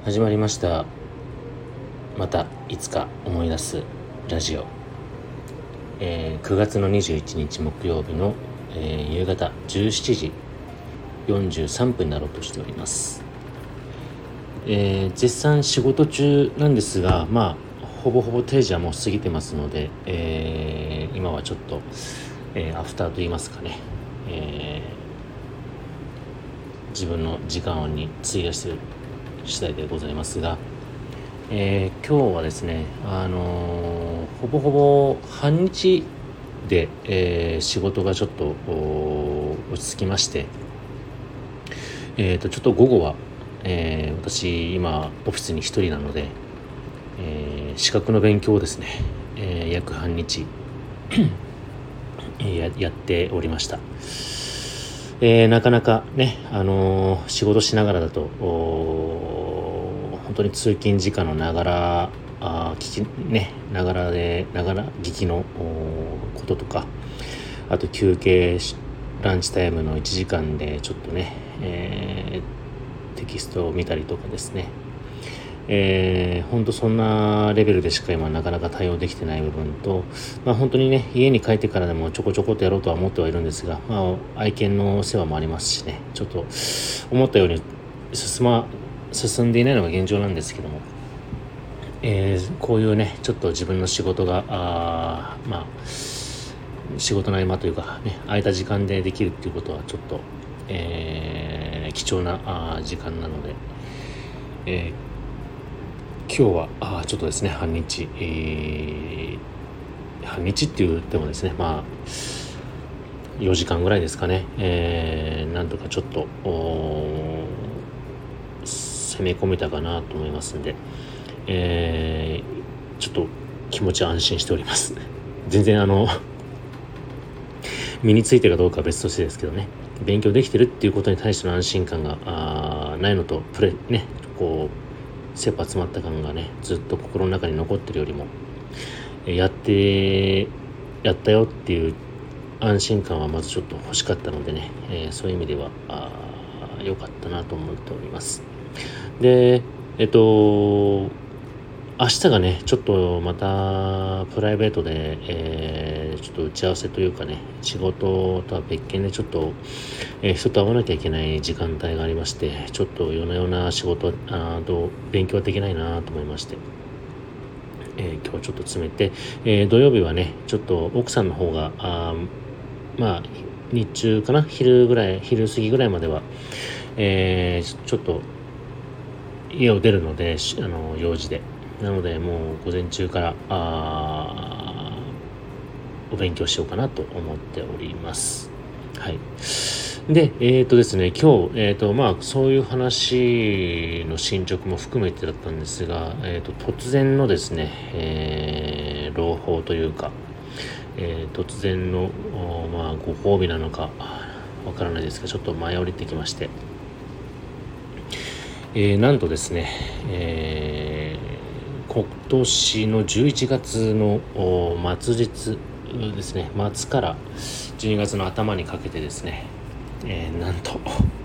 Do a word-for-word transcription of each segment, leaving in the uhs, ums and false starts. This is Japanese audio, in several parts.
始まりました。またいつか思い出すラジオ、えー、くがつのにじゅういちにち木曜日の、えー、夕方じゅうしちじよんじゅうさんぷんになろうとしております。えー、絶賛仕事中なんですが、まあほぼほぼ定時はもう過ぎてますので、えー、今はちょっと、えー、アフターといいますかね、えー、自分の時間に費やしている次第でございますが、えー、今日はですね、あのー、ほぼほぼ半日で、えー、仕事がちょっと落ち着きまして、えー、とちょっと午後は、えー、私今オフィスに一人なので、えー、資格の勉強をですね、えー、約半日や, やっておりました。えー、なかなかね、あのー、仕事しながらだと本当に通勤時間のながらあ聞きねながらでながら聞きのこととか、あと休憩ランチタイムのいちじかんでちょっとね、えー、テキストを見たりとかですね、えー、本当そんなレベルでしか今なかなか対応できてない部分と、まあ、本当にね家に帰ってからでもちょこちょこっとやろうとは思ってはいるんですが、まあ、愛犬の世話もありますしね、ちょっと思ったように進ま進んでいないのが現状なんですけども、えー、こういうねちょっと自分の仕事があまあ仕事の合間というかね空いた時間でできるっていうことはちょっと、えー、貴重なあ時間なので、えー、今日はあちょっとですね半日、えー、半日って言ってもですねまあよじかんぐらいですかね、えー、なんとかちょっと攻め込めたかなと思いますんで、えー、ちょっと気持ち安心しております。全然あの身についてるかどうかは別としてですけどね、勉強できてるっていうことに対しての安心感があないのとプレねこう切羽詰まった感がねずっと心の中に残ってるよりも、やってやったよっていう安心感はまずちょっと欲しかったのでね、えー、そういう意味では良かったなと思っております。でえっと明日がねちょっとまたプライベートで、えー、ちょっと打ち合わせというかね仕事とは別件でちょっと、えー、人と会わなきゃいけない時間帯がありまして、ちょっと夜な夜な仕事あと勉強はできないなと思いまして、えー、今日ちょっと詰めて、えー、土曜日はねちょっと奥さんの方があまあ日中かな昼ぐらい昼過ぎぐらいまでは、えー、ちょっと家を出るのであの用事でなのでもう午前中からあお勉強しようかなと思っております。はい。で、えっ、ー、とですね、今日、えっ、ー、と、まあ、そういう話の進捗も含めてだったんですが、えっ、ー、と、突然のですね、えー、朗報というか、えー、突然の、まあ、ご褒美なのか、わからないですが、ちょっと舞い降りてきまして、えー、なんとですね、えー今年のじゅういちがつの末日ですね、末からじゅうにがつの頭にかけてですね、えー、なんと、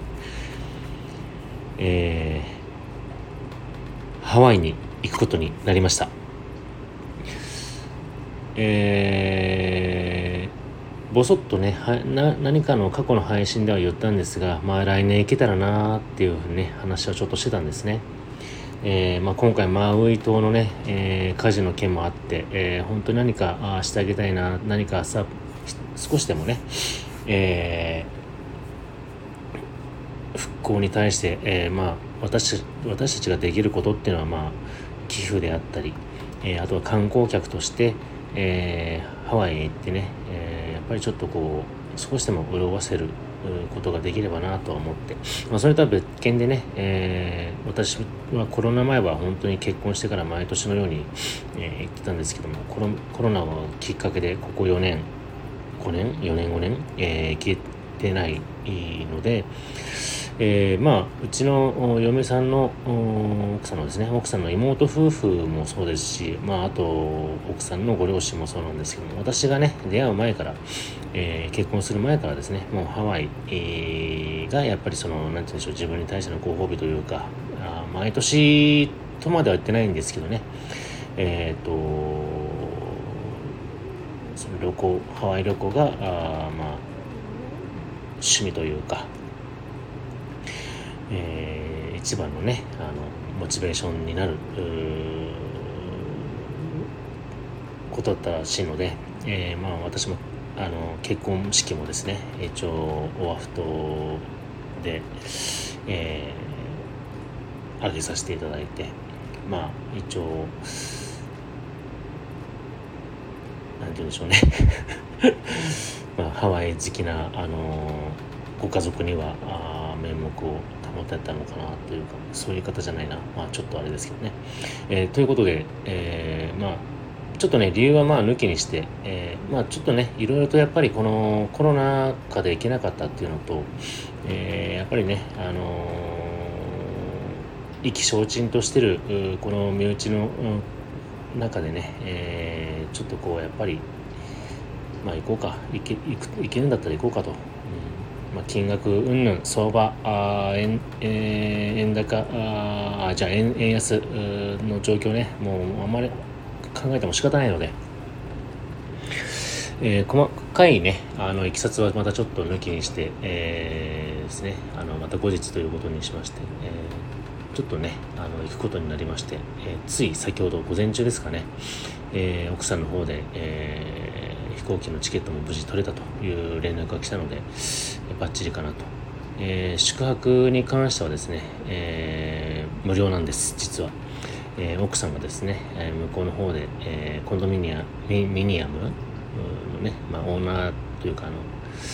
えー、ハワイに行くことになりました。えー、ぼそっとねはな何かの過去の配信では言ったんですが、まあ来年行けたらなーっていうふうにね話をちょっとしてたんですね。えーまあ、今回マウイ島のね、えー、火事の件もあって、えー、本当に何かあしてあげたいな、何かさ少しでもね、えー、復興に対して、えーまあ、私私たちができることっていうのは、まあ、寄付であったり、えー、あとは観光客として、えー、ハワイへ行ってね、えー、やっぱりちょっとこう少しでも潤わせることができればなとは思って、まあ、それとは別件でね、えー、私はコロナ前は本当に結婚してから毎年のように、えー、行ってたんですけども、コロ、コロナがきっかけでここよねんごねんよねんごねん、えー、行けてないので、えー、まあうちの嫁さんの奥さんのですね奥さんの妹夫婦もそうですし、まああと奥さんのご両親もそうなんですけども、私がね出会う前から、えー、結婚する前からですね、もうハワイ、えー、がやっぱりそのなんて言うんでしょう、自分に対してのご褒美というか、あ毎年とまでは言ってないんですけどね、えっ、ー、とその旅行ハワイ旅行があまあ趣味というか、えー、一番のねあのモチベーションになることだったらしいので、えー、まあ私もあの結婚式もですね一応オアフ島で、えー、挙げさせていただいて、まあ一応なんて言うんでしょうねまあ、ハワイ好きな、あのー、ご家族にはあ面目を保てたのかなというか、そういう方じゃないな、まあ、ちょっとあれですけどね、えー、ということで、えー、まあちょっとね理由はまあ抜きにして、えー、まあちょっとねいろいろとやっぱりこのコロナ禍で行けなかったっていうのと、えー、やっぱりねあのー、意気消沈としてるこの身内の、うん、中でね、えー、ちょっとこうやっぱりまあ行こうか行け行く行けるんだったら行こうかと、うんまあ、金額云々相場あ円、えー、円高あじゃあ 円, 円安の状況ねもうあんまり考えても仕方ないので、えー、細かいねあのいきさつはまたちょっと抜きにして、えー、ですねあのまた後日ということにしまして、えー、ちょっとねあの行くことになりまして、えー、つい先ほど午前中ですかね、えー、奥さんの方で、えー飛行機のチケットも無事取れたという連絡が来たのでバッチリかなと、えー、宿泊に関してはですね、えー、無料なんです実は、えー、奥さんがですね、えー、向こうの方で、えー、コンドミニアミ、ミニアムのね、まあ、オーナーというかあの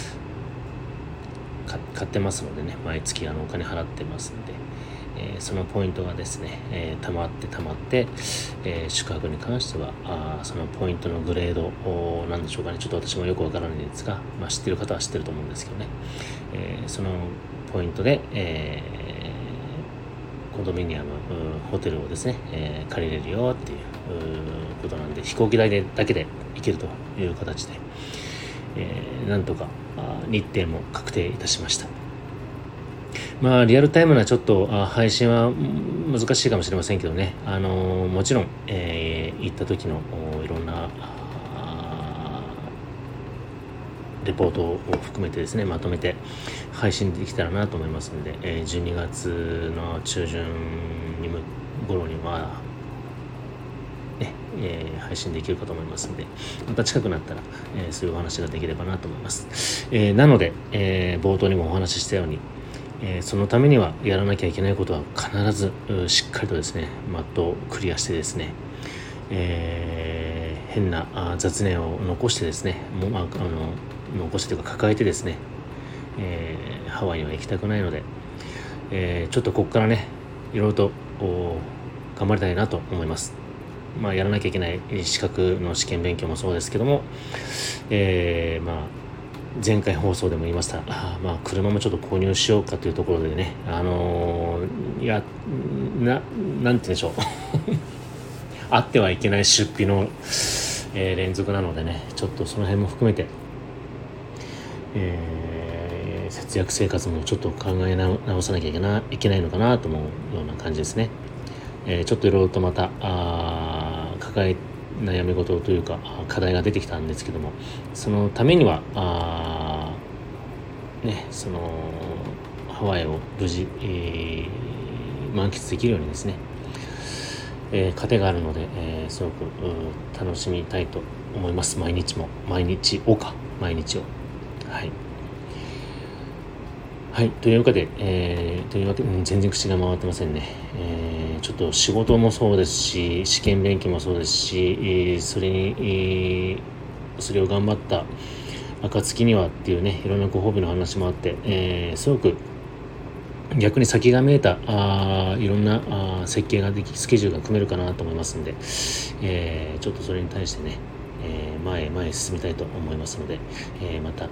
買ってますのでね毎月あのお金払ってますので、えー、そのポイントがですね、えー、溜まって溜まって、えー、宿泊に関してはあそのポイントのグレードなんでしょうかねちょっと私もよくわからないんですが、まあ、知ってる方は知ってると思うんですけどね、えー、そのポイントで、えー、コンドミニアムホテルをですね、えー、借りれるよっていうことなんで飛行機代でだけで行けるという形で、えー、なんとか日程も確定いたしました。まあリアルタイムなちょっと配信は難しいかもしれませんけどね、あのー、もちろん、えー、行った時のいろんなレポートを含めてですねまとめて配信できたらなと思いますので、えー、じゅうにがつの中旬にも頃にはね、えー、配信できるかと思いますのでまた近くなったら、えー、そういうお話ができればなと思います、えー、なので、えー、冒頭にもお話ししたようにえー、そのためにはやらなきゃいけないことは必ずしっかりとですねマットをクリアしてですね、えー、変な雑念を残してですねもうあの残してというか抱えてですね、えー、ハワイには行きたくないので、えー、ちょっとここからねいろいろと頑張りたいなと思います。まあやらなきゃいけない資格の試験勉強もそうですけども、えー、まあ前回放送でも言いましたあまあ車もちょっと購入しようかというところでねあのー、いやななんて言うんでしょうあってはいけない出費の、えー、連続なのでねちょっとその辺も含めて、えー、節約生活もちょっと考え直さなきゃいけない、いけないのかなと思うような感じですね、えー、ちょっといろいろとまたあ抱え悩み事というか課題が出てきたんですけどもそのためにはあ、ね、そのハワイを無事、えー、満喫できるようにですね、えー、糧があるので、えー、すごく楽しみたいと思います毎日も毎日をか毎日をはいはい、というわけで、えー、というわけで、うん、全然口が回ってませんね、えー、ちょっと仕事もそうですし試験勉強もそうですし、えー、それに、えー、それを頑張った暁にはっていうねいろんなご褒美の話もあって、えー、すごく逆に先が見えたあいろんなあ設計ができスケジュールが組めるかなと思いますので、えー、ちょっとそれに対してね、えー、前へ前へ進みたいと思いますので、えー、またあ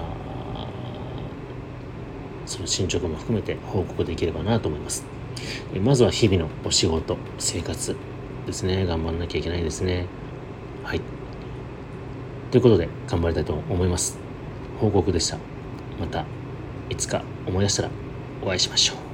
その進捗も含めて報告できればなと思います。えまずは日々のお仕事生活ですね頑張らなきゃいけないですね。はいということで頑張りたいと思います。報告でした。またいつか思い出したらお会いしましょう。